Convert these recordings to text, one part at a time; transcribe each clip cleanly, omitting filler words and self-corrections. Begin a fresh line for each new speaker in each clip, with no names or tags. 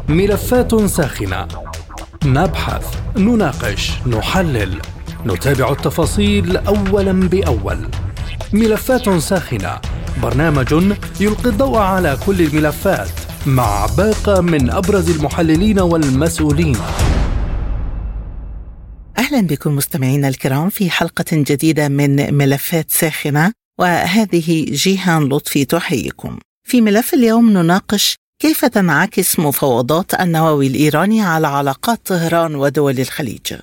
ملفات ساخنة، نبحث، نناقش، نحلل، نتابع التفاصيل أولا بأول. ملفات ساخنة، برنامج يلقي الضوء على كل الملفات مع باقة من أبرز المحللين والمسؤولين.
أهلا بكم مستمعينا الكرام في حلقة جديدة من ملفات ساخنة، وهذه جيهان لطفي تحييكم. في ملف اليوم نناقش كيف تنعكس مفاوضات النووي الإيراني على علاقات طهران ودول الخليج.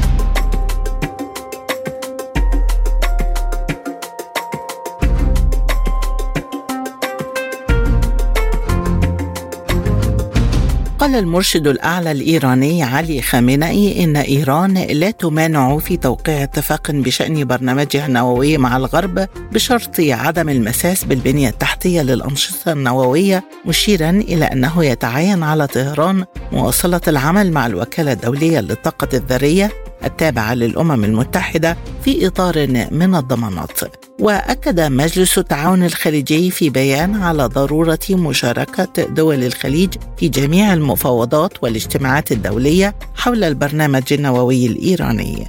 قال المرشد الأعلى الإيراني علي خامنئي إن إيران لا تمانع في توقيع اتفاق بشأن برنامجها النووي مع الغرب بشرط عدم المساس بالبنية التحتية للأنشطة النووية، مشيرا إلى أنه يتعين على طهران مواصلة العمل مع الوكالة الدولية للطاقة الذرية التابعة للأمم المتحدة في إطار من الضمانات. وأكد مجلس التعاون الخليجي في بيان على ضرورة مشاركة دول الخليج في جميع المفاوضات والاجتماعات الدولية حول البرنامج النووي الإيراني.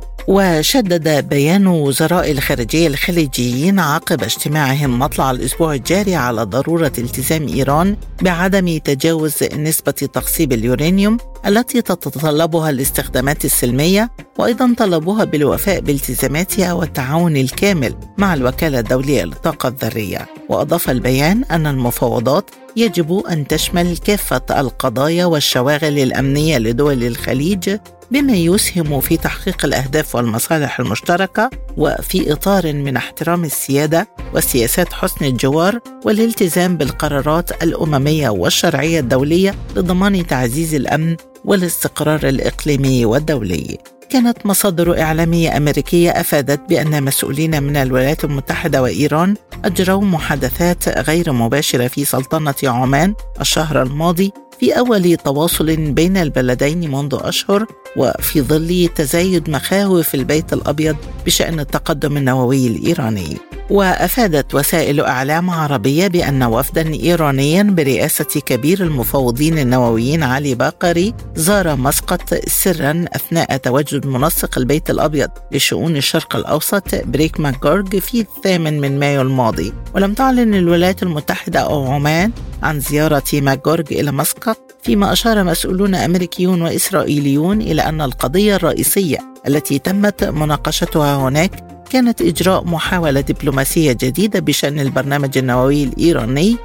وشدد بيان وزراء الخارجية الخليجيين عقب اجتماعهم مطلع الأسبوع الجاري على ضرورة التزام إيران بعدم تجاوز نسبة تخصيب اليورانيوم التي تتطلبها الاستخدامات السلمية، وأيضا طلبوها بالوفاء بالتزاماتها والتعاون الكامل مع الوكالة الدولية للطاقة الذرية. وأضاف البيان أن المفاوضات يجب أن تشمل كافة القضايا والشواغل الأمنية لدول الخليج بما يسهم في تحقيق الأهداف والمصالح المشتركة، وفي إطار من احترام السيادة وسياسات حسن الجوار والالتزام بالقرارات الأممية والشرعية الدولية لضمان تعزيز الأمن والاستقرار الإقليمي والدولي. كانت مصادر إعلامية أمريكية أفادت بأن مسؤولين من الولايات المتحدة وإيران أجروا محادثات غير مباشرة في سلطنة عمان الشهر الماضي في أول تواصل بين البلدين منذ أشهر، وفي ظل تزايد مخاوف البيت الأبيض بشأن التقدم النووي الإيراني. وأفادت وسائل إعلام عربية بأن وفدا إيرانيا برئاسة كبير المفوضين النوويين علي باقري زار مسقط سرا أثناء تواجد منسق البيت الأبيض لشؤون الشرق الأوسط بريك ماكغورغ في 8 مايو الماضي. ولم تعلن الولايات المتحدة أو عمان عن زيارة ماكغورغ إلى مسقط، فيما أشار مسؤولون أمريكيون وإسرائيليون إلى أن القضية الرئيسية التي تمت مناقشتها هناك كانت إجراء محاولة دبلوماسية جديدة بشأن البرنامج النووي الإيراني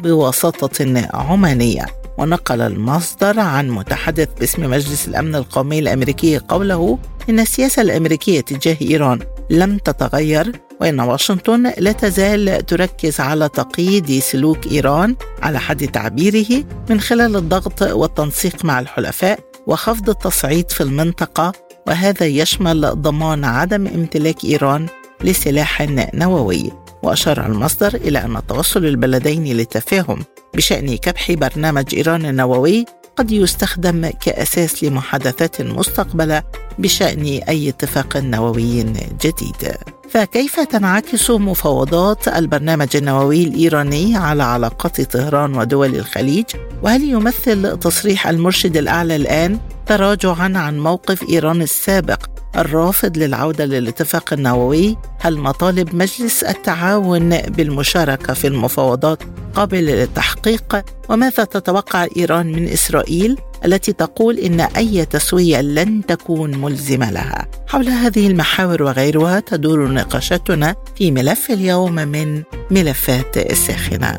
وبواسطة عمانية. ونقل المصدر عن متحدث باسم مجلس الأمن القومي الأمريكي قوله إن السياسة الأمريكية تجاه إيران لم تتغير، وإن واشنطن لا تزال تركز على تقييد سلوك إيران على حد تعبيره من خلال الضغط والتنسيق مع الحلفاء وخفض التصعيد في المنطقة، وهذا يشمل ضمان عدم امتلاك إيران لسلاح نووي. وأشار المصدر إلى أن توصل البلدين للتفاهم بشأن كبح برنامج إيران النووي قد يستخدم كأساس لمحادثات مستقبلة بشأن أي اتفاق نووي جديد. فكيف تنعكس مفاوضات البرنامج النووي الإيراني على علاقات طهران ودول الخليج؟ وهل يمثل تصريح المرشد الأعلى الآن تراجعاً عن موقف إيران السابق الرافض للعودة للاتفاق النووي؟ هل مطالب مجلس التعاون بالمشاركة في المفاوضات قابلة للتحقيق؟ وماذا تتوقع إيران من إسرائيل التي تقول إن أي تسوية لن تكون ملزمة لها؟ حول هذه المحاور وغيرها تدور نقاشاتنا في ملف اليوم من ملفات الساخنة.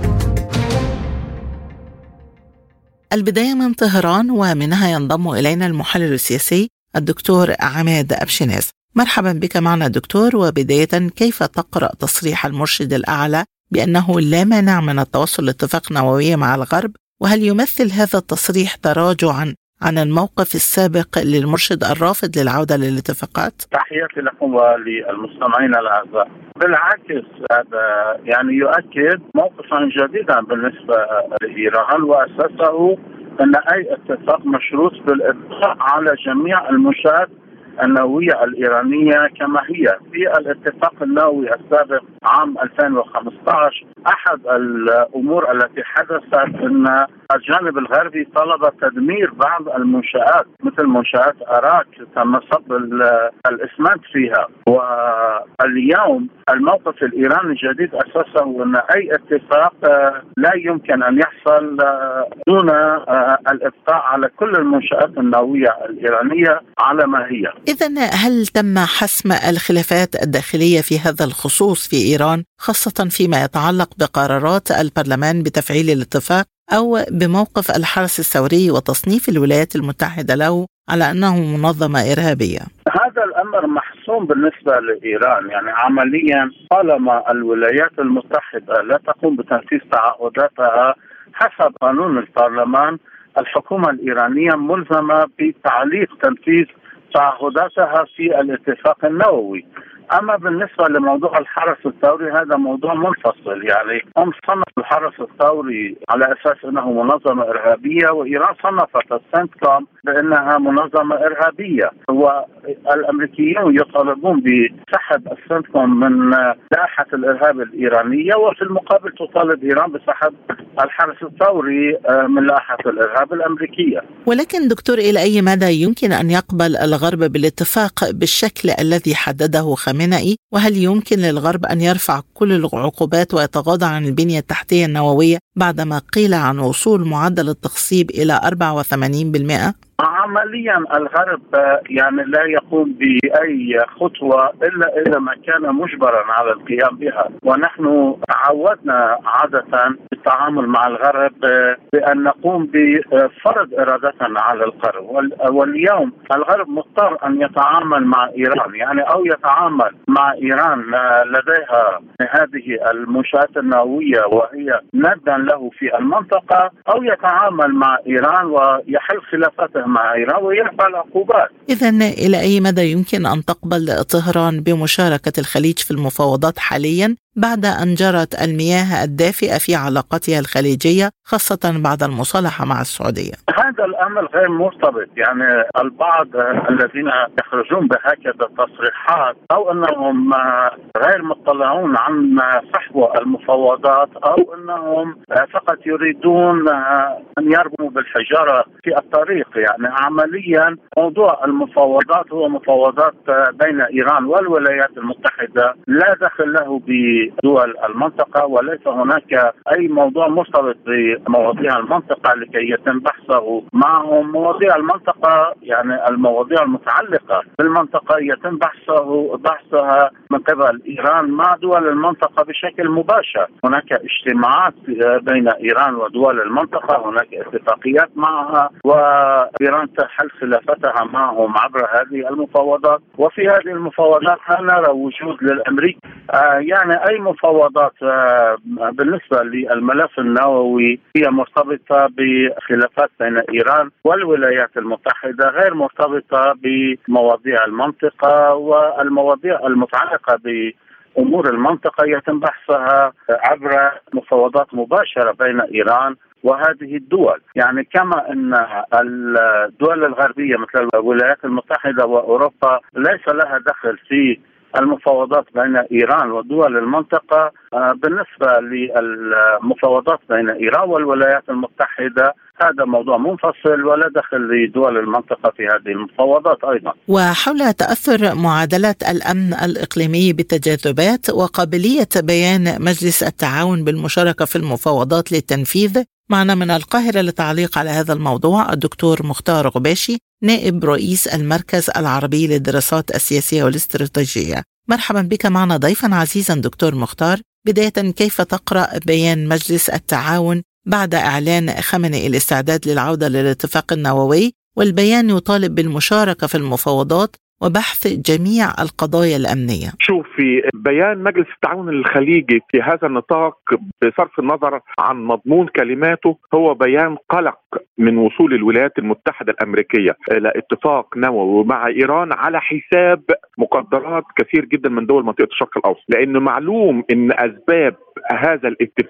البداية من طهران، ومنها ينضم إلينا المحلل السياسي الدكتور عماد أبشناس. مرحبا بك معنا دكتور. وبداية، كيف تقرأ تصريح المرشد الأعلى بأنه لا مانع من التوصل لاتفاق نووي مع الغرب؟ وهل يمثل هذا التصريح تراجعا عن الموقف السابق للمرشد الرافض للعودة للاتفاقات؟
تحياتي لكم وللمستمعين الأعزاء. بالعكس، هذا يعني يؤكد موقفا جديدا بالنسبة لإيران، وأساسه أن أي اتفاق مشروط بالإبقاء على جميع المنشآت النووية الإيرانية كما هي. في الاتفاق النووي السابق عام 2015 أحد الأمور التي حدثت أن الجانب الغربي طلب تدمير بعض المنشآت مثل منشآت أراك تم صب الإسمنت فيها. واليوم الموقف الإيراني الجديد أساسه أن أي اتفاق لا يمكن أن يحصل دون الإبقاء على كل المنشآت النووية الإيرانية على ما هي.
إذن هل تم حسم الخلافات الداخلية في هذا الخصوص في إيران، خاصة فيما يتعلق بقرارات البرلمان بتفعيل الاتفاق أو بموقف الحرس الثوري وتصنيف الولايات المتحدة له على أنه منظمة إرهابية؟
هذا الأمر محسوم بالنسبة لإيران. يعني عمليا طالما الولايات المتحدة لا تقوم بتنفيذ تعهداتها حسب قانون البرلمان، الحكومة الإيرانية ملزمة بتعليق تنفيذ تعهداتها في الاتفاق النووي. أما بالنسبة لموضوع الحرس الثوري هذا موضوع منفصل. يعني هم صنفوا الحرس الثوري على أساس أنه منظمة إرهابية، وإيران صنفت السنتكوم بأنها منظمة إرهابية، والأمريكيون يطالبون بسحب السنتكوم من لائحة الإرهاب الإيرانية، وفي المقابل تطالب إيران بسحب الحرس الثوري من لائحة الإرهاب الأمريكية.
ولكن دكتور، إلى أي مدى يمكن أن يقبل الغرب بالاتفاق بالشكل الذي حدده خامنئي؟ وهل يمكن للغرب أن يرفع كل العقوبات ويتغاضى عن البنية التحتية النووية بعدما قيل عن وصول معدل التخصيب إلى 84%؟
عمليا الغرب يعني لا يقوم بأي خطوة إلا إذا ما كان مجبرا على القيام بها. ونحن عودنا عادة بالتعامل مع الغرب بأن نقوم بفرض إرادتنا على الغرب، واليوم الغرب مضطر أن يتعامل مع إيران، يعني أو يتعامل مع إيران لديها هذه المنشآت النووية وهي ندا له في المنطقة، أو يتعامل مع إيران ويحل خلافاته مع إيران ويرفع العقوبات.
إذن إلى أي مدى يمكن أن تقبل طهران بمشاركة الخليج في المفاوضات حاليا بعد أن جرت المياه الدافئة في علاقتها الخليجية، خاصة بعد المصالحة مع السعودية؟
هذا الأمر غير مرتبط. يعني البعض الذين يخرجون بهكذا تصريحات أو أنهم غير مطلعون عن صحوة المفاوضات أو أنهم فقط يريدون أن يرموا بالحجارة في الطريق. يعني عمليا موضوع المفاوضات هو مفاوضات بين إيران والولايات المتحدة، لا دخل له بدول المنطقة، وليس هناك أي موضوع مرتبط بمواضيع المنطقة لكي يتم بحثه معهم. مواضيع المنطقة يعني المواضيع المتعلقة بالمنطقة يتم بحثها من قبل إيران مع دول المنطقة بشكل مباشر. هناك اجتماعات بين إيران ودول المنطقة، هناك اتفاقيات معها، وإيران تحل خلافتها معهم عبر هذه المفاوضات. وفي هذه المفاوضات لا نرى وجود للأمريكي. يعني أي مفاوضات بالنسبة للملف النووي هي مرتبطة بخلافات بين إيران والولايات المتحدة، غير مرتبطة بمواضيع المنطقة. والمواضيع المتعلقة بأمور المنطقة يتم بحثها عبر مفاوضات مباشرة بين إيران وهذه الدول. يعني كما أن الدول الغربية مثل الولايات المتحدة وأوروبا ليس لها دخل في المفاوضات بين إيران ودول المنطقة، بالنسبة للمفاوضات بين إيران والولايات المتحدة هذا موضوع منفصل ولا دخل لدول المنطقة في هذه المفاوضات أيضا.
وحول تأثر معادلة الأمن الإقليمي بالتجاذبات وقابلية بيان مجلس التعاون بالمشاركة في المفاوضات للتنفيذ، معنا من القاهرة للتعليق على هذا الموضوع الدكتور مختار غباشي، نائب رئيس المركز العربي للدراسات السياسية والاستراتيجية. مرحبا بك معنا ضيفا عزيزا دكتور مختار. بداية، كيف تقرأ بيان مجلس التعاون بعد إعلان خامنئي الاستعداد للعودة للاتفاق النووي، والبيان يطالب بالمشاركة في المفاوضات وبحث جميع القضايا الأمنية؟
شوفي، بيان مجلس التعاون الخليجي في هذا النطاق بصرف النظر عن مضمون كلماته هو بيان قلق من وصول الولايات المتحدة الأمريكية إلى اتفاق نووي مع إيران على حساب مقدرات كثير جدا من دول منطقة الشرق الأوسط، لأنه معلوم أن أسباب هذا الاتفاق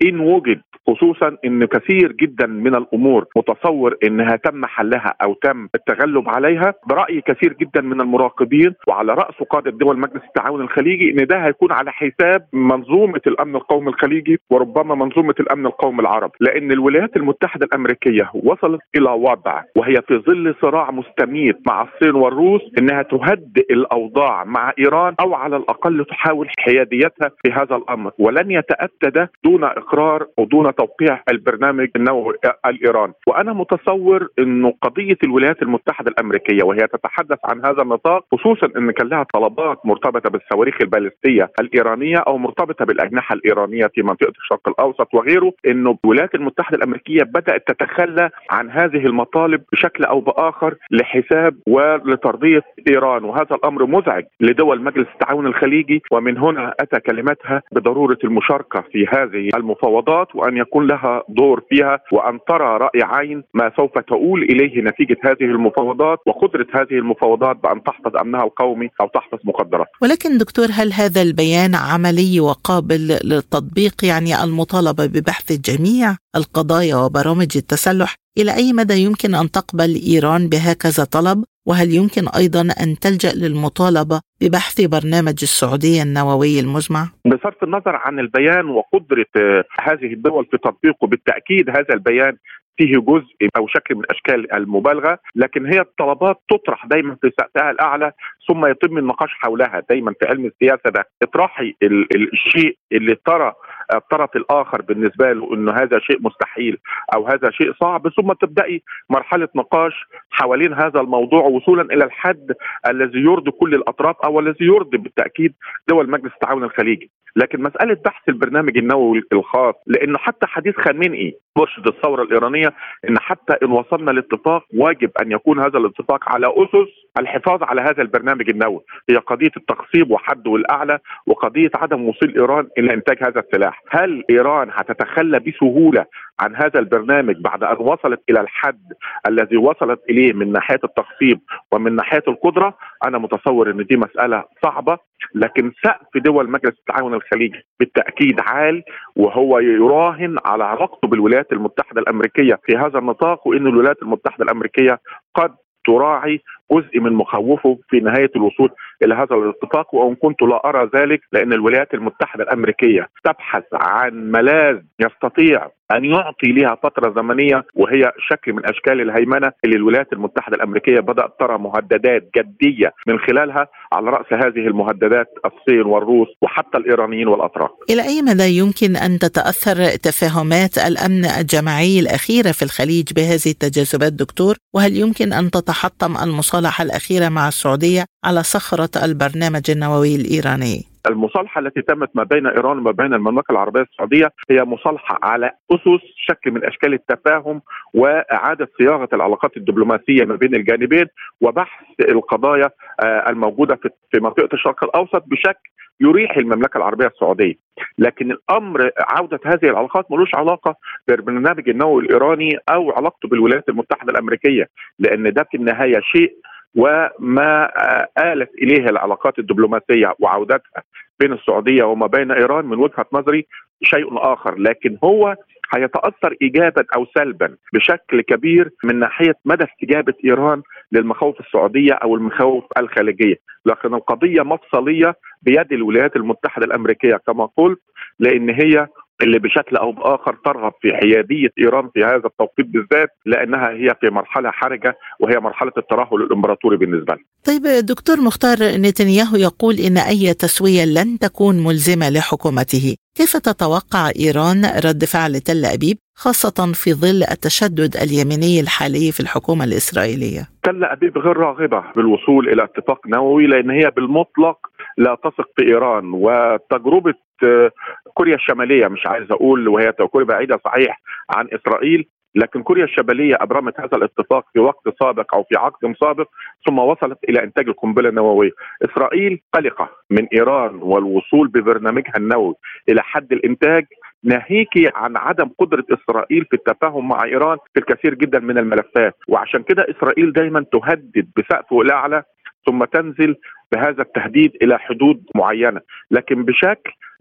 إن وجد، خصوصا ان كثير جدا من الامور متصور انها تم حلها او تم التغلب عليها. برأي كثير جدا من المراقبين وعلى رأس قادة دول مجلس التعاون الخليجي ان ده هيكون على حساب منظومة الامن القومي الخليجي وربما منظومة الامن القومي العربي، لان الولايات المتحدة الامريكية وصلت الى وضع وهي في ظل صراع مستميت مع الصين والروس انها تهدئ الاوضاع مع ايران او على الاقل تحاول حياديتها في هذا الامر، ولن يتأتى ده دون اقرار ودون توقيع البرنامج النووي الايراني. وانا متصور انه قضيه الولايات المتحده الامريكيه وهي تتحدث عن هذا النطاق، خصوصا ان كان لها طلبات مرتبطه بالصواريخ البالستيه الايرانيه او مرتبطه بالاجنحه الايرانيه في منطقه الشرق الاوسط وغيره، انه الولايات المتحده الامريكيه بدات تتخلى عن هذه المطالب بشكل او باخر لحساب ولترضيه ايران، وهذا الامر مزعج لدول مجلس التعاون الخليجي. ومن هنا اتى كلمتها بضروره المشاركه في هذه المفاوضات وأن يكون لها دور فيها وأن ترى رأي عين ما سوف تؤول إليه نتيجة هذه المفاوضات وقدرة هذه المفاوضات بأن تحفظ أمنها القومي أو تحفظ مقدرات.
ولكن دكتور، هل هذا البيان عملي وقابل للتطبيق؟ يعني المطالبة ببحث جميع القضايا وبرامج التسلح، إلى أي مدى يمكن أن تقبل إيران بهكذا طلب؟ وهل يمكن أيضا أن تلجأ للمطالبة ببحث برنامج السعودية النووي المجمع؟
بصرف النظر عن البيان وقدرة هذه الدول في تطبيقه، بالتأكيد هذا البيان فيه جزء أو شكل من أشكال المبالغة، لكن هي الطلبات تطرح دايما في سقفها الأعلى ثم يتم النقاش حولها. دايما في علم السياسة ده اطرحي الشيء اللي ترى الطرف الآخر بالنسبة له أنه هذا شيء مستحيل أو هذا شيء صعب، ثم تبدأي مرحلة نقاش حوالين هذا الموضوع وصولا إلى الحد الذي يرضي كل الأطراف أو الذي يرضي بالتأكيد دول مجلس التعاون الخليجي. لكن مسألة بحث البرنامج النووي الخاص، لأنه حتى حديث خامنئي مرشد الثورة الإيرانية إن حتى إن وصلنا لاتفاق واجب أن يكون هذا الاتفاق على أسس الحفاظ على هذا البرنامج النووي، هي قضية التخصيب وحده الأعلى وقضية عدم وصول إيران إلى إنتاج هذا السلاح. هل إيران هتتخلى بسهولة عن هذا البرنامج بعد أن وصلت إلى الحد الذي وصلت إليه من ناحية التخصيب ومن ناحية القدرة؟ أنا متصور أن دي مسألة صعبة، لكن سقف دول مجلس التعاون الخليجي بالتأكيد عال، وهو يراهن على علاقته بالولايات المتحدة الأمريكية في هذا النطاق، وأن الولايات المتحدة الأمريكية قد تراعي جزء من مخاوفه في نهاية الوصول إلى هذا الاتفاق. وإن كنت لا أرى ذلك، لأن الولايات المتحدة الأمريكية تبحث عن ملاذ يستطيع أن يعطي لها فترة زمنية، وهي شكل من أشكال الهيمنة اللي الولايات المتحدة الأمريكية بدأت ترى مهددات جدية من خلالها، على رأس هذه المهددات الصين والروس وحتى الإيرانيين والأتراك.
إلى أي مدى يمكن أن تتأثر تفاهمات الأمن الجماعي الأخيرة في الخليج بهذه التجاذبات دكتور؟ وهل يمكن أن تتحطم المصالحة الأخيرة مع السعودية على صخرة البرنامج النووي الإيراني؟
المصالحة التي تمت ما بين إيران وما بين المملكة العربية السعودية هي مصالحة على أسس شكل من أشكال التفاهم وإعادة صياغة العلاقات الدبلوماسية ما بين الجانبين وبحث القضايا الموجودة في منطقة الشرق الأوسط بشكل يريح المملكة العربية السعودية. لكن الأمر عودة هذه العلاقات ملوش علاقة بالبرنامج النووي الإيراني أو علاقته بالولايات المتحدة الأمريكية، لأن ده في النهاية شيء، وما آلت إليه العلاقات الدبلوماسية وعودتها بين السعودية وما بين إيران من وجهة نظري شيء آخر، لكن هو هيتأثر إيجابا أو سلبا بشكل كبير من ناحية مدى استجابة إيران للمخاوف السعودية أو المخاوف الخليجية. لكن القضية مفصلية بيد الولايات المتحدة الأمريكية كما قلت، لأن هي اللي بشكل أو بآخر ترغب في حيادية إيران في هذا التوقيت بالذات، لأنها هي في مرحلة حرجة وهي مرحلة الترهل الإمبراطوري بالنسبة لها.
طيب دكتور مختار، نتنياهو يقول إن أي تسوية لن تكون ملزمة لحكومته، كيف تتوقع إيران رد فعل تل أبيب خاصة في ظل التشدد اليميني الحالي في الحكومة الإسرائيلية؟
تل أبيب غير راغبة بالوصول إلى اتفاق نووي، لأن هي بالمطلق لا تثق في إيران. وتجربة كوريا الشمالية، مش عايز أقول وهي تجربة بعيدة صحيح عن إسرائيل، لكن كوريا الشمالية أبرمت هذا الاتفاق في وقت سابق أو في عقد سابق ثم وصلت إلى إنتاج القنبلة النووية. إسرائيل قلقة من إيران والوصول ببرنامجها النووي إلى حد الإنتاج، ناهيكي عن عدم قدرة إسرائيل في التفاهم مع إيران في الكثير جدا من الملفات. وعشان كده إسرائيل دايما تهدد بسقف الأعلى ثم تنزل بهذا التهديد إلى حدود معينة، لكن بشكل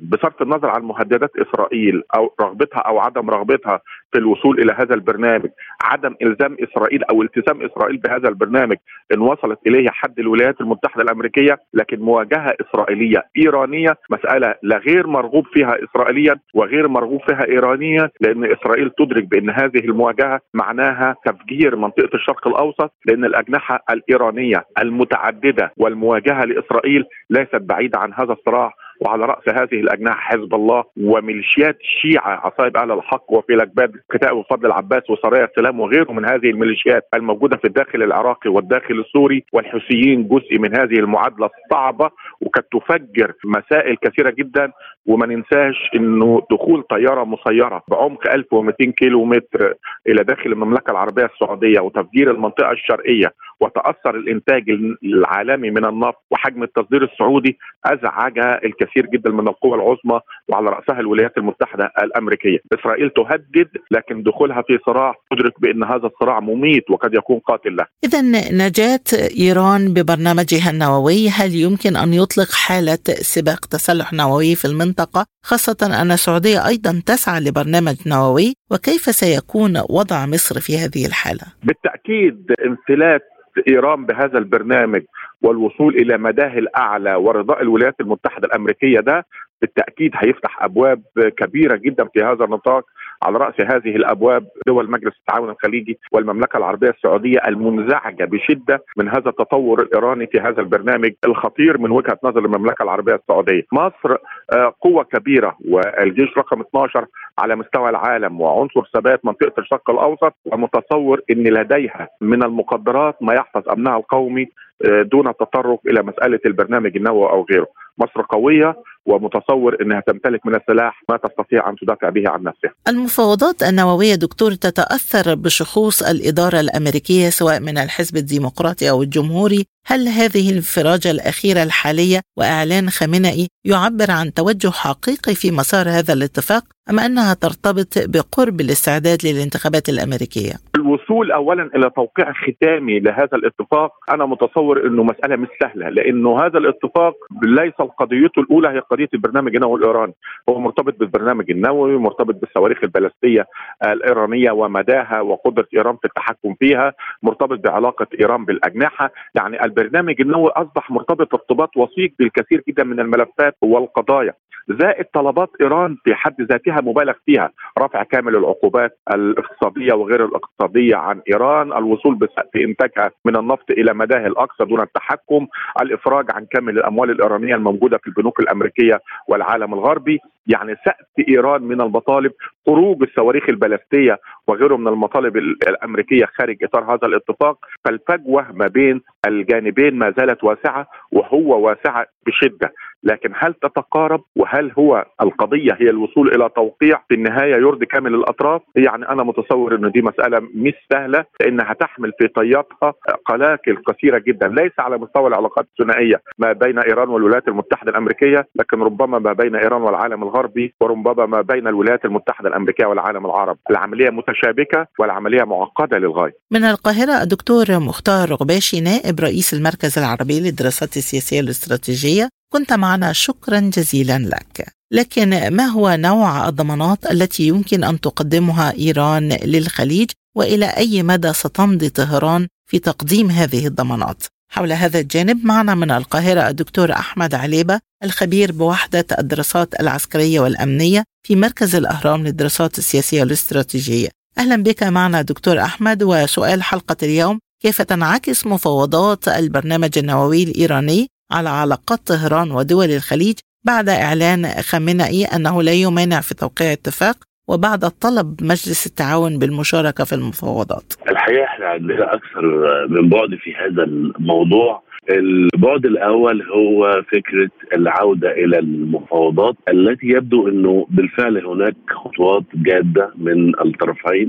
بصرف النظر عن مهددات إسرائيل أو رغبتها أو عدم رغبتها في الوصول إلى هذا البرنامج، عدم إلزام إسرائيل أو التزام إسرائيل بهذا البرنامج إن وصلت إليه حد الولايات المتحدة الأمريكية، لكن مواجهة إسرائيلية إيرانية مسألة لا غير مرغوب فيها إسرائيليا وغير مرغوب فيها إيرانيا، لأن إسرائيل تدرك بأن هذه المواجهة معناها تفجير منطقة الشرق الأوسط، لأن الأجنحة الإيرانية المتعددة والمواجهة لإسرائيل ليست بعيدة عن هذا الصراع. وعلى رأس هذه الأجنحة حزب الله وميليشيات الشيعة عصائب أهل الحق وفي الأجباد كتائب الفضل العباس وسرايا السلام وغيرهم من هذه الميليشيات الموجودة في الداخل العراقي والداخل السوري، والحوثيين جزء من هذه المعادلة الصعبة وقد تفجر مسائل كثيرة جدا. وما ننساش انه دخول طيارة مسيرة بعمق 1200 كيلو متر الى داخل المملكة العربية السعودية وتفجير المنطقة الشرقية وتأثر الانتاج العالمي من النفط وحجم التصدير السعودي ازعج الكثير جدا من القوى العظمى وعلى رأسها الولايات المتحدة الأمريكية. إسرائيل تهدد، لكن دخولها في صراع تدرك بأن هذا الصراع مميت وقد يكون قاتل له.
إذن نجاة إيران ببرنامجها النووي، هل يمكن أن يطلق حالة سباق تسلح نووي في المنطقة، خاصة أن السعودية أيضا تسعى لبرنامج نووي؟ وكيف سيكون وضع مصر في هذه الحالة؟
بالتأكيد انفلات إيران بهذا البرنامج والوصول إلى مداه الأعلى ورضاء الولايات المتحدة الأمريكية ده بالتأكيد هيفتح أبواب كبيرة جدا في هذا النطاق. على رأس هذه الأبواب دول مجلس التعاون الخليجي والمملكة العربية السعودية المنزعجة بشدة من هذا التطور الإيراني في هذا البرنامج الخطير من وجهة نظر المملكة العربية السعودية. مصر قوة كبيرة والجيش رقم 12 على مستوى العالم وعنصر ثبات منطقة الشرق الأوسط، ومتصور أن لديها من المقدرات ما يحفظ أمنها القومي دون التطرق إلى مسألة البرنامج النووي أو غيره. مصر قوية ومتصور أنها تمتلك من السلاح ما تستطيع أن تدافع به عن نفسها.
المفاوضات النووية دكتور تتأثر بشخوص الإدارة الأمريكية سواء من الحزب الديمقراطي أو الجمهوري. هل هذه الانفراجة الأخيرة الحالية وإعلان خامنئي يعبر عن توجه حقيقي في مسار هذا الاتفاق، أم أنها ترتبط بقرب الاستعداد للانتخابات الأمريكية؟
الوصول أولا إلى توقيع ختامي لهذا الاتفاق أنا متصور أنه مسألة مش سهلة، لأنه هذا الاتفاق ليس قضيته الأولى هي قضية البرنامج النووي الإيراني، هو مرتبط بالبرنامج النووي، مرتبط بالصواريخ البالستية الإيرانية ومداها وقدرة إيران في التحكم فيها، مرتبط بعلاقة إيران بالأجنحة. يعني البرنامج النووي أصبح مرتبط ارتباط وثيق بالكثير جدا من الملفات والقضايا، زائد طلبات إيران في حد ذاتها مبالغ فيها، رفع كامل العقوبات الاقتصادية وغير الاقتصادية عن إيران، الوصول بسقف إنتاجها من النفط إلى مداه الأقصى دون التحكم، الإفراج عن كامل الأموال الإيرانية الموجودة في البنوك الأمريكية والعالم الغربي. يعني سقف إيران من المطالب خروج الصواريخ البالستية وغيره من المطالب الأمريكية خارج إطار هذا الاتفاق. فالفجوة ما بين الجانبين ما زالت واسعة وهو واسعة بشدة، لكن هل تتقارب وهل هو القضية هي الوصول إلى توقيع في النهاية يرضي كامل الأطراف؟ يعني أنا متصور أن دي مسألة مش سهلة، لأنها تحمل في طياتها قلاقل كثيرة جدا، ليس على مستوى العلاقات الثنائية ما بين إيران والولايات المتحدة الأمريكية، لكن ربما ما بين إيران والعالم الغربي، وربما ما بين الولايات المتحدة الأمريكية والعالم العربي. العملية متشابكة والعملية معقدة للغاية.
من القاهرة الدكتور مختار غباشي، نائب رئيس المركز العربي للدراسات السياسية والاستراتيجية، كنت معنا، شكرا جزيلا لك. لكن ما هو نوع الضمانات التي يمكن أن تقدمها إيران للخليج، وإلى أي مدى ستمضي طهران في تقديم هذه الضمانات؟ حول هذا الجانب معنا من القاهرة الدكتور أحمد عليبة، الخبير بوحدة الدراسات العسكرية والأمنية في مركز الأهرام للدراسات السياسية والاستراتيجية. أهلا بك معنا دكتور أحمد. وسؤال حلقة اليوم: كيف تنعكس مفاوضات البرنامج النووي الإيراني على علاقات طهران ودول الخليج بعد إعلان خامنئي أنه لا يمانع في توقيع اتفاق وبعد طلب مجلس التعاون بالمشاركة في المفاوضات؟
الحقيقة احنا عندنا أكثر من بعد في هذا الموضوع. البعد الأول هو فكرة العودة إلى المفاوضات التي يبدو أنه بالفعل هناك خطوات جادة من الطرفين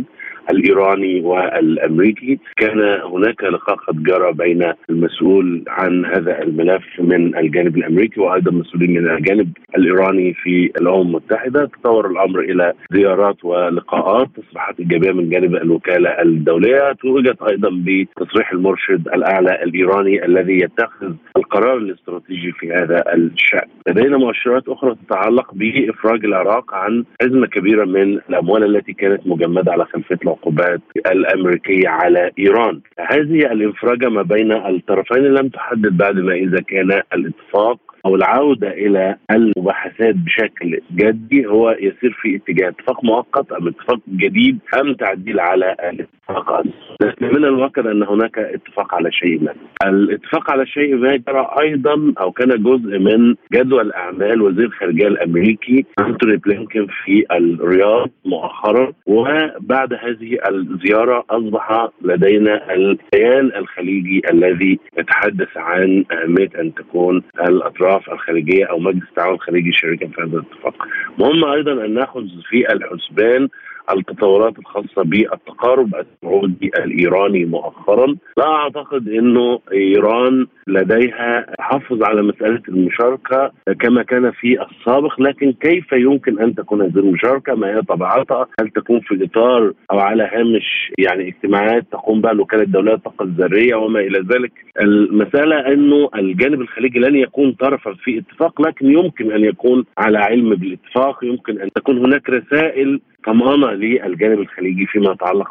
الإيراني والأمريكي. كان هناك لقاء قد جرى بين المسؤول عن هذا الملف من الجانب الأمريكي وأيضا مسؤولين من الجانب الإيراني في الأمم المتحدة. تطور الأمر إلى زيارات ولقاءات، تصريحات إيجابية من جانب الوكالة الدولية، توجت أيضا بتصريح المرشد الأعلى الإيراني الذي يتخذ القرار الاستراتيجي في هذا الشأن. لدينا مؤشرات أخرى تتعلق بإفراج العراق عن حزمة كبيرة من الأموال التي كانت مجمدة على خلفية العقوبات الأمريكية على إيران. هذه الانفراجة ما بين الطرفين لم تحدد بعد ما إذا كان الاتفاق أو العودة إلى المباحثات بشكل جدي هو يسير في اتجاه اتفاق مؤقت أم اتفاق جديد أم تعديل على الاتفاق. من المؤكد أن هناك اتفاق على شيء ما. الاتفاق على شيء ما جرى أيضا أو كان جزء من جدول أعمال وزير الخارجية الأمريكي أنتوني بلينكين في الرياض مؤخرا. وبعد هذه الزيارة أصبح لدينا البيان الخليجي الذي يتحدث عن أهمية أن تكون الأطراف الخارجية أو مجلس التعاون الخليجي شريكا في هذا الاتفاق. مهم أيضا أن نأخذ في الحسبان التطورات الخاصة بالتقارب السعودي الإيراني مؤخرا. لا أعتقد أنه إيران لديها تحفظ على مسألة المشاركة كما كان في السابق، لكن كيف يمكن أن تكون هذه المشاركة، ما هي طبيعتها، هل تكون في إطار أو على هامش اجتماعات تقوم بها الوكالة الدولية للطاقة الذرية وما إلى ذلك. المسألة أنه الجانب الخليجي لن يكون طرفا في اتفاق، لكن يمكن أن يكون على علم بالاتفاق، يمكن أن تكون هناك رسائل طمأنة للجانب الخليجي فيما يتعلق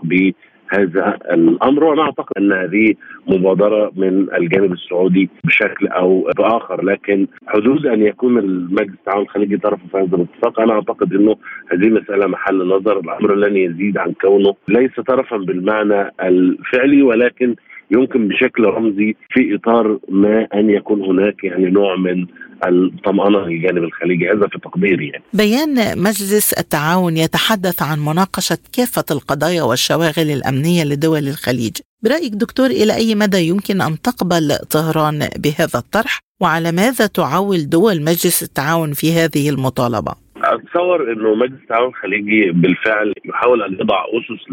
بهذا الأمر. وأنا أعتقد أن هذه مبادرة من الجانب السعودي بشكل أو بآخر، لكن حدود أن يكون المجلس التعاون الخليجي طرفا في هذا الاتفاق أنا أعتقد أنه هذه مسألة محل نظر. الأمر لن يزيد عن كونه ليس طرفا بالمعنى الفعلي، ولكن يمكن بشكل رمزي في إطار ما أن يكون هناك نوع من الطمأنة للجانب الخليجي. هذا في تقديري.
بيان مجلس التعاون يتحدث عن مناقشة كافة القضايا والشواغل الأمنية لدول الخليج. برأيك دكتور، إلى أي مدى يمكن أن تقبل طهران بهذا الطرح، وعلى ماذا تعول دول مجلس التعاون في هذه المطالبة؟
أتصور أنه مجلس التعاون الخليجي بالفعل يحاول أن يضع أسس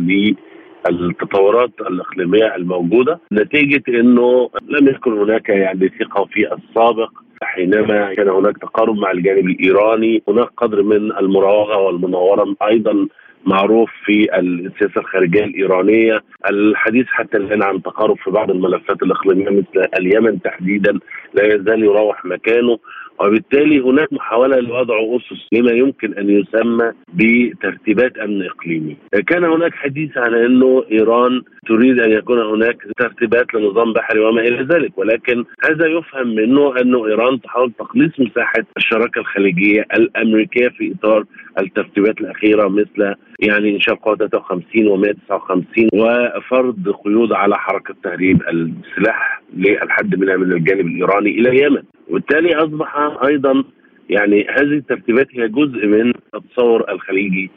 التطورات الإقليمية الموجودة، نتيجة أنه لم يكن هناك ثقة في السابق حينما كان هناك تقارب مع الجانب الإيراني. هناك قدر من المراوغة والمناورة أيضا معروف في السياسة الخارجية الإيرانية. الحديث حتى الآن عن تقارب في بعض الملفات الإقليمية مثل اليمن تحديدا لا يزال يراوح مكانه، وبالتالي هناك محاولة لوضع أسس لما يمكن أن يسمى بترتيبات أمن إقليمي. كان هناك حديث عن أنه إيران تريد أن يكون هناك ترتيبات لنظام بحري وما إلى ذلك، ولكن هذا يفهم منه أنه إيران تحاول تقليص مساحة الشراكة الخليجية الأمريكية في إطار الترتيبات الأخيرة، مثل إنشاء قوة 53 و159 وفرض قيود على حركة تهريب السلاح للحد منها من الجانب الإيراني إلى اليمن. وبالتالي أصبح أيضا هذه الترتيبات هي جزء من التصور الخليجي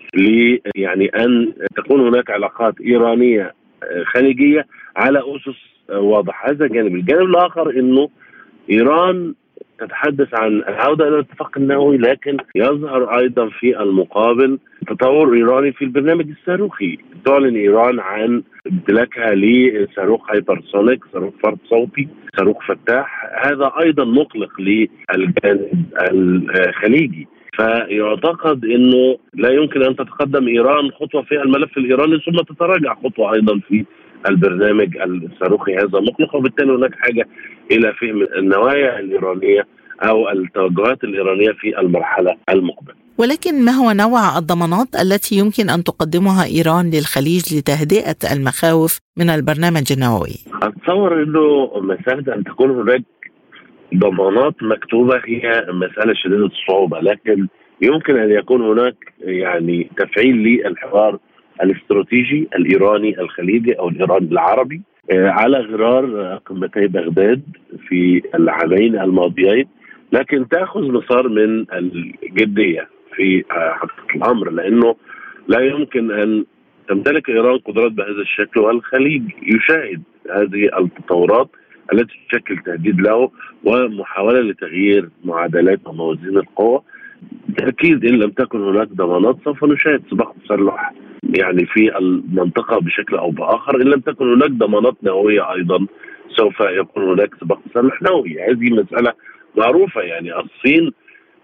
أن تكون هناك علاقات إيرانية خليجية على أسس واضحة. هذا جانب. الجانب الآخر أنه إيران تتحدث عن العودة إلى الاتفاق النووي، لكن يظهر أيضا في المقابل تطور إيراني في البرنامج الصاروخي. تعلن إيران عن امتلاكها لصاروخ هايبرسونيك، صاروخ فرد صوتي، صاروخ فتاح. هذا أيضا مقلق للجانب الخليجي. فيعتقد أنه لا يمكن أن تتقدم إيران خطوة في الملف الإيراني ثم تتراجع خطوة أيضا في البرنامج الصاروخي. هذا مقلق، وبالتالي هناك حاجة إلى فهم النوايا الإيرانية أو التوجهات الإيرانية في المرحلة المقبلة.
ولكن ما هو نوع الضمانات التي يمكن أن تقدمها إيران للخليج لتهدئة المخاوف من البرنامج النووي؟
أتصور أنه مسألة أن تكون هناك ضمانات مكتوبة هي مسألة شديدة الصعوبة، لكن يمكن أن يكون هناك تفعيل للحوار الاستراتيجي الإيراني الخليجي أو الإيراني العربي على غرار قمتي بغداد في العامين الماضيين، لكن تأخذ مسار من الجدية في حقيقة الأمر، لأنه لا يمكن أن تمتلك إيران قدرات بهذا الشكل والخليج يشاهد هذه التطورات التي تشكل تهديد له ومحاولة لتغيير معادلات وموازين القوى. بالتأكيد إن لم تكن هناك ضمانات سوف نشاهد سباق تسلح يعني في المنطقة بشكل أو بآخر. إن لم تكن هناك ضمانات نووية أيضا سوف يكون هناك سباق تسلح نووي. هذه مسألة معروفة. يعني الصين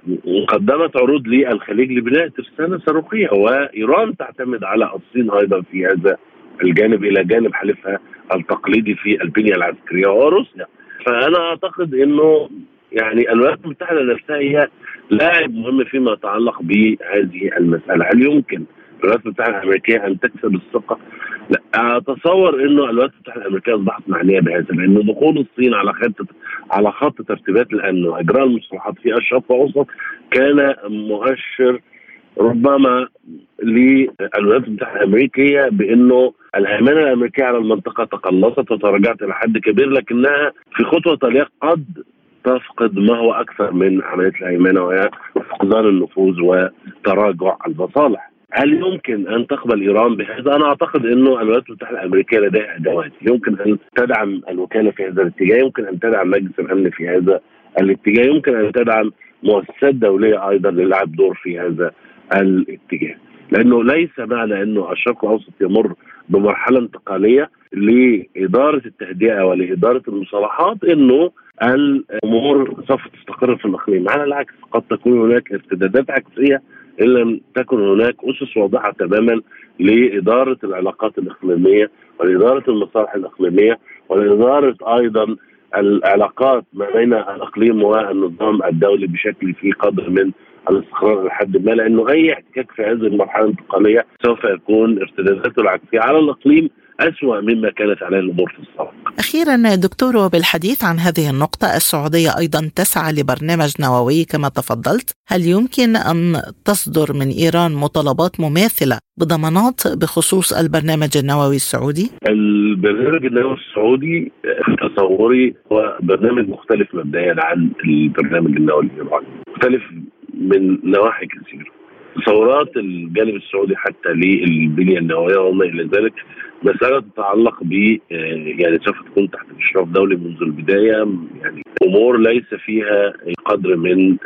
قدمت عروض للخليج لبناء ترسانة صاروخية، وإيران تعتمد على الصين أيضا في هذا الجانب إلى جانب حلفها التقليدي في البنية العسكرية وروسيا. فأنا أعتقد أنه يعني الولايات المتحدة نفسها هي لاعب مهم فيما يتعلق بهذه المسألة. هل يمكن الولايات المتحدة الأمريكية أن تكسب الثقة؟ لا، أتصور أنه الولايات المتحدة الأمريكية أصبحت معنية بهذا، لأن دخول الصين على خط ترتيبات الأمن وإجراء المصالحات في الشرق الأوسط كان مؤشر ربما للولايات المتحدة الأمريكية بأنه الهيمنة الأمريكية على المنطقة تقلصت وتراجعت إلى حد كبير، لكنها في خطوة تالية قد تفقد ما هو أكثر من عملية الهيمنة وهي فقدان النفوذ وتراجع المصالح. هل يمكن أن تقبل إيران بهذا؟ أنا أعتقد أنه الولايات المتحدة الأمريكية لديها أدوات يمكن أن تدعم الوكالة في هذا الاتجاه، يمكن أن تدعم مجلس الأمن في هذا الاتجاه، يمكن أن تدعم مؤسسات دولية أيضا للعب دور في هذا الاتجاه. لأنه ليس معنى أنه الشرق الأوسط يمر بمرحلة انتقالية لإدارة التهدئة ولإدارة المصالحات أنه الأمور سوف تستقر في الإقليم. على العكس، قد تكون هناك ارتدادات عكسية إن لم تكن هناك أسس واضحة تماما لإدارة العلاقات الإقليمية ولإدارة المصالح الإقليمية ولإدارة أيضا العلاقات ما بين الإقليم والنظام الدولي بشكل فيه قدر من الاستقرار لحد ما، لأنه أي احتكاك في هذه المرحلة الانتقالية سوف يكون ارتداداته العكسية على الإقليم أسوأ مما كانت عليه الأمور في السابق.
أخيرا دكتور، وبالحديث عن هذه النقطة، السعودية أيضا تسعى لبرنامج نووي كما تفضلت. هل يمكن أن تصدر من إيران مطالبات مماثلة بضمانات بخصوص البرنامج النووي السعودي؟
البرنامج النووي السعودي في تصوري هو برنامج مختلف مبدئيا عن البرنامج النووي الإيراني، مختلف من نواحي كثيرة. تصورات الجانب السعودي حتى للبنية النووية وما إلى ذلك مسألة تتعلق ب يعني سوف تكون تحت إشراف دولي منذ البداية، يعني أمور ليس فيها قدر من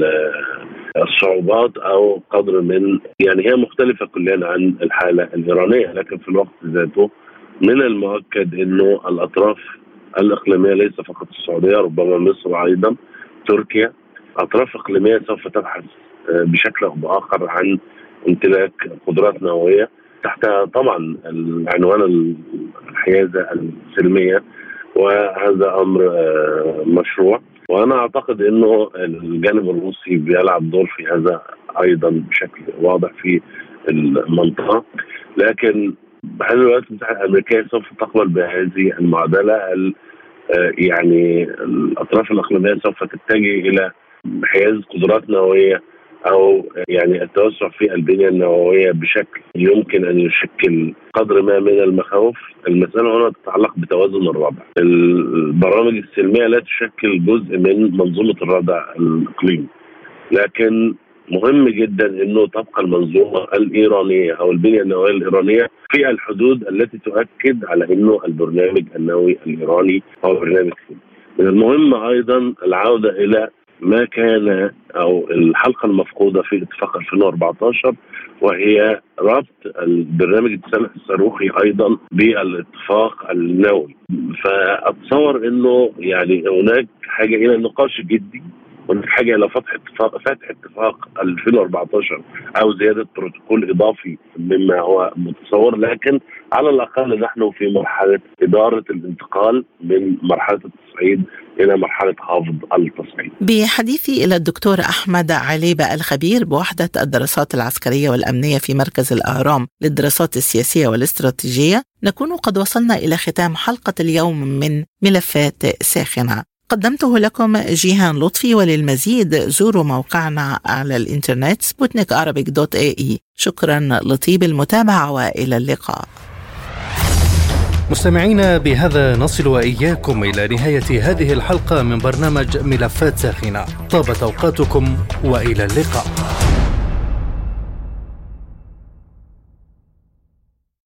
الصعوبات أو قدر من يعني هي مختلفة كليا عن الحالة الإيرانية. لكن في الوقت ذاته من المؤكد أنه الأطراف الإقليمية ليس فقط السعودية، ربما مصر أيضا، تركيا، أطراف إقليمية سوف تبحث بشكل أو بآخر عن امتلاك قدرات نووية تحت طبعا العنوان الحيازة السلمية، وهذا أمر مشروع. وأنا أعتقد أنه الجانب الروسي بيلعب دور في هذا أيضا بشكل واضح في المنطقة. لكن هل الولايات المتحدة الأمريكية سوف تقبل بهذه المعادلة؟ يعني الأطراف الإقليمية سوف تتجه إلى حياز قدرات نووية أو يعني التوسع في البنية النووية بشكل يمكن أن يشكل قدر ما من المخاوف؟ المسألة هنا تتعلق بتوازن الردع. البرامج السلمية لا تشكل جزء من منظومة الردع الإقليمي، لكن مهم جدا أنه تبقى المنظومة الإيرانية أو البنية النووية الإيرانية في الحدود التي تؤكد على أنه البرنامج النووي الإيراني هو برنامج سلمي. من المهم أيضا العودة إلى ما كان أو الحلقة المفقودة في اتفاق 2014، وهي ربط البرنامج التسلح الصاروخي أيضا بالاتفاق النووي. فأتصور أنه يعني هناك حاجة إلى النقاش الجدي، هناك حاجة إلى فتح اتفاق 2014 أو زيادة بروتوكول إضافي مما هو متصور. لكن على الأقل نحن في مرحلة إدارة الانتقال من مرحلة التصعيد إلى مرحلة خفض التصعيد.
بحديثي إلى الدكتور أحمد عليبة الخبير بوحدة الدراسات العسكرية والأمنية في مركز الأهرام للدراسات السياسية والاستراتيجية، نكون قد وصلنا إلى ختام حلقة اليوم من ملفات ساخنة. قدمته لكم جيهان لطفي، وللمزيد زوروا موقعنا على الإنترنت sputnikarabic.ae. شكرا لطيب المتابعة وإلى اللقاء.
مستمعينا، بهذا نصل وإياكم إلى نهاية هذه الحلقة من برنامج ملفات ساخنة. طابت أوقاتكم وإلى اللقاء.